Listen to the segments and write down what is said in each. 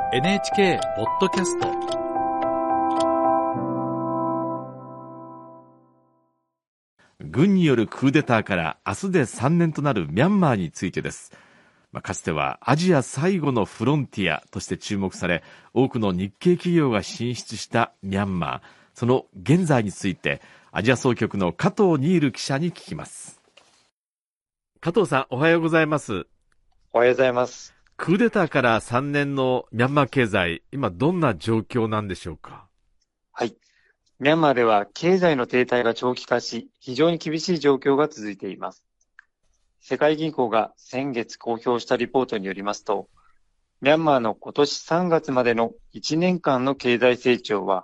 NHK ポッドキャスト、軍によるクーデターから明日で3年となるミャンマーについてです。かつてはアジア最後のフロンティアとして注目され、多くの日系企業が進出したミャンマー、その現在についてアジア総局の加藤ニール記者に聞きます。加藤さん、おはようございます。 おはようございます。 クーデターから3年のミャンマー経済、今どんな状況なんでしょうか。 はい。ミャンマーでは経済の停滞が長期化し、非常に厳しい状況が続いています。世界銀行が先月公表したリポートによりますと、ミャンマーの今年3月までの1年間の経済成長は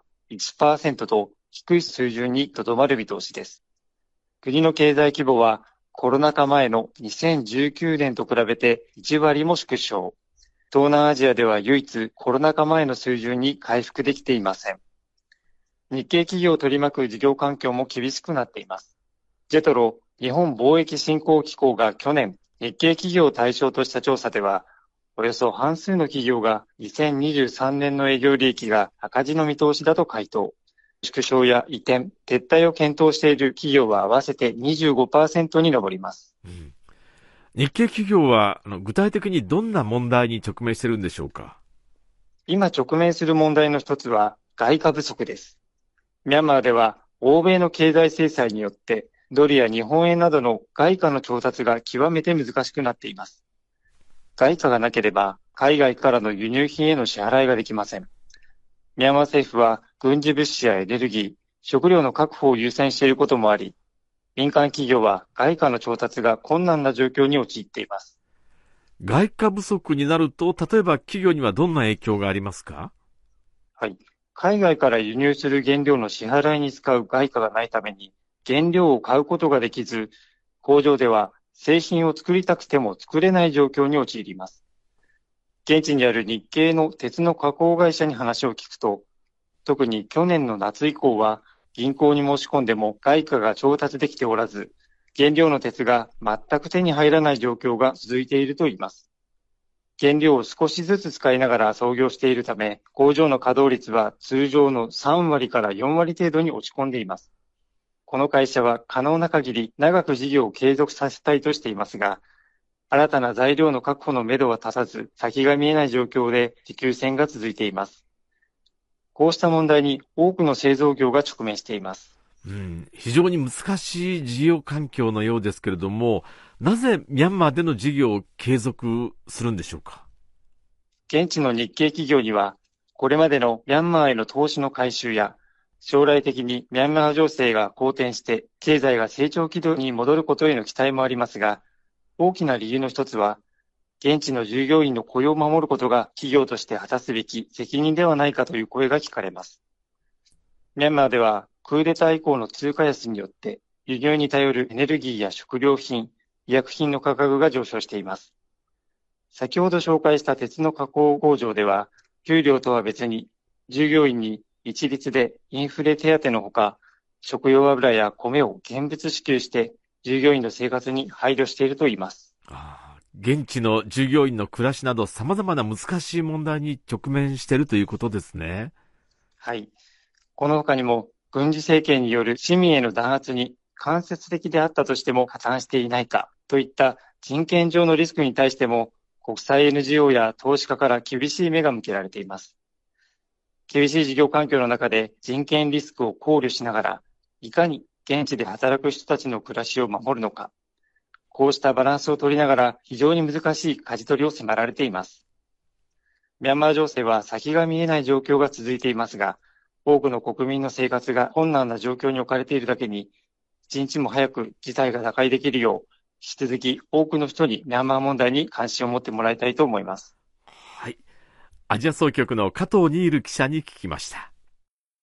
1% と低い水準にとどまる見通しです。国の経済規模はコロナ禍前の2019年と比べて1割も縮小。東南アジアでは唯一コロナ禍前の水準に回復できていません。日系企業を取り巻く事業環境も厳しくなっています。ジェトロ、日本貿易振興機構が去年、日系企業を対象とした調査では、およそ半数の企業が2023年の営業利益が赤字の見通しだと回答。縮小や移転、撤退を検討している企業は合わせて 25% に上ります。 日系企業は具体的にどんな問題に直面しているんでしょうか。 今直面する問題の一つは外貨不足です。ミャンマーでは欧米の経済制裁によってドルや日本円などの外貨の調達が極めて難しくなっています。外貨がなければ海外からの輸入品への支払いができません。ミャンマー政府は軍事物資やエネルギー、食料の確保を優先していることもあり、民間企業は外貨の調達が困難な状況に陥っています。 外貨不足になると、例えば企業にはどんな影響がありますか？ はい。海外から輸入する原料の支払いに使う外貨がないために、原料を買うことができず、工場では製品を作りたくても作れない状況に陥ります。現地にある日系の鉄の加工会社に話を聞くと、特に去年の夏以降は銀行に申し込んでも外貨が調達できておらず、原料の鉄が全く手に入らない状況が続いているといいます。原料を少しずつ使いながら操業しているため、工場の稼働率は通常の3割から4割程度に落ち込んでいます。この会社は可能な限り長く事業を継続させたいとしていますが、新たな材料の確保のめどは立たず、先が見えない状況で持久戦が続いています。こうした問題に多くの製造業が直面しています。 非常に難しい事業環境のようですけれども、なぜミャンマーでの事業を継続するんでしょうか。 現地の日系企業には、これまでのミャンマーへの投資の回収や、将来的にミャンマー情勢が好転して経済が成長軌道に戻ることへの期待もありますが、大きな理由の一つは、現地の従業員の雇用を守ることが企業として果たすべき責任ではないかという声が聞かれます。ミャンマーではクーデター以降の通貨安によって輸入に頼るエネルギーや食料品、医薬品の価格が上昇しています。先ほど紹介した鉄の加工工場では、給料とは別に従業員に一律でインフレ手当のほか、食用油や米を現物支給して従業員の生活に配慮しているといいます。 現地の従業員の暮らしなど様々な難しい問題に直面しているということですね。 はい。この他にも軍事政権による市民への弾圧に間接的であったとしても加担していないかといった人権上のリスクに対しても国際 NGO や投資家から厳しい目が向けられています。厳しい事業環境の中で人権リスクを考慮しながら、いかに現地で働く人たちの暮らしを守るのか、こうしたバランスを取りながら非常に難しい舵取りを迫られています。ミャンマー情勢は先が見えない状況が続いていますが、多くの国民の生活が困難な状況に置かれているだけに、一日も早く事態が打開できるよう、引き続き多くの人にミャンマー問題に関心を持ってもらいたいと思います。 はい。アジア総局の加藤ニール記者に聞きました。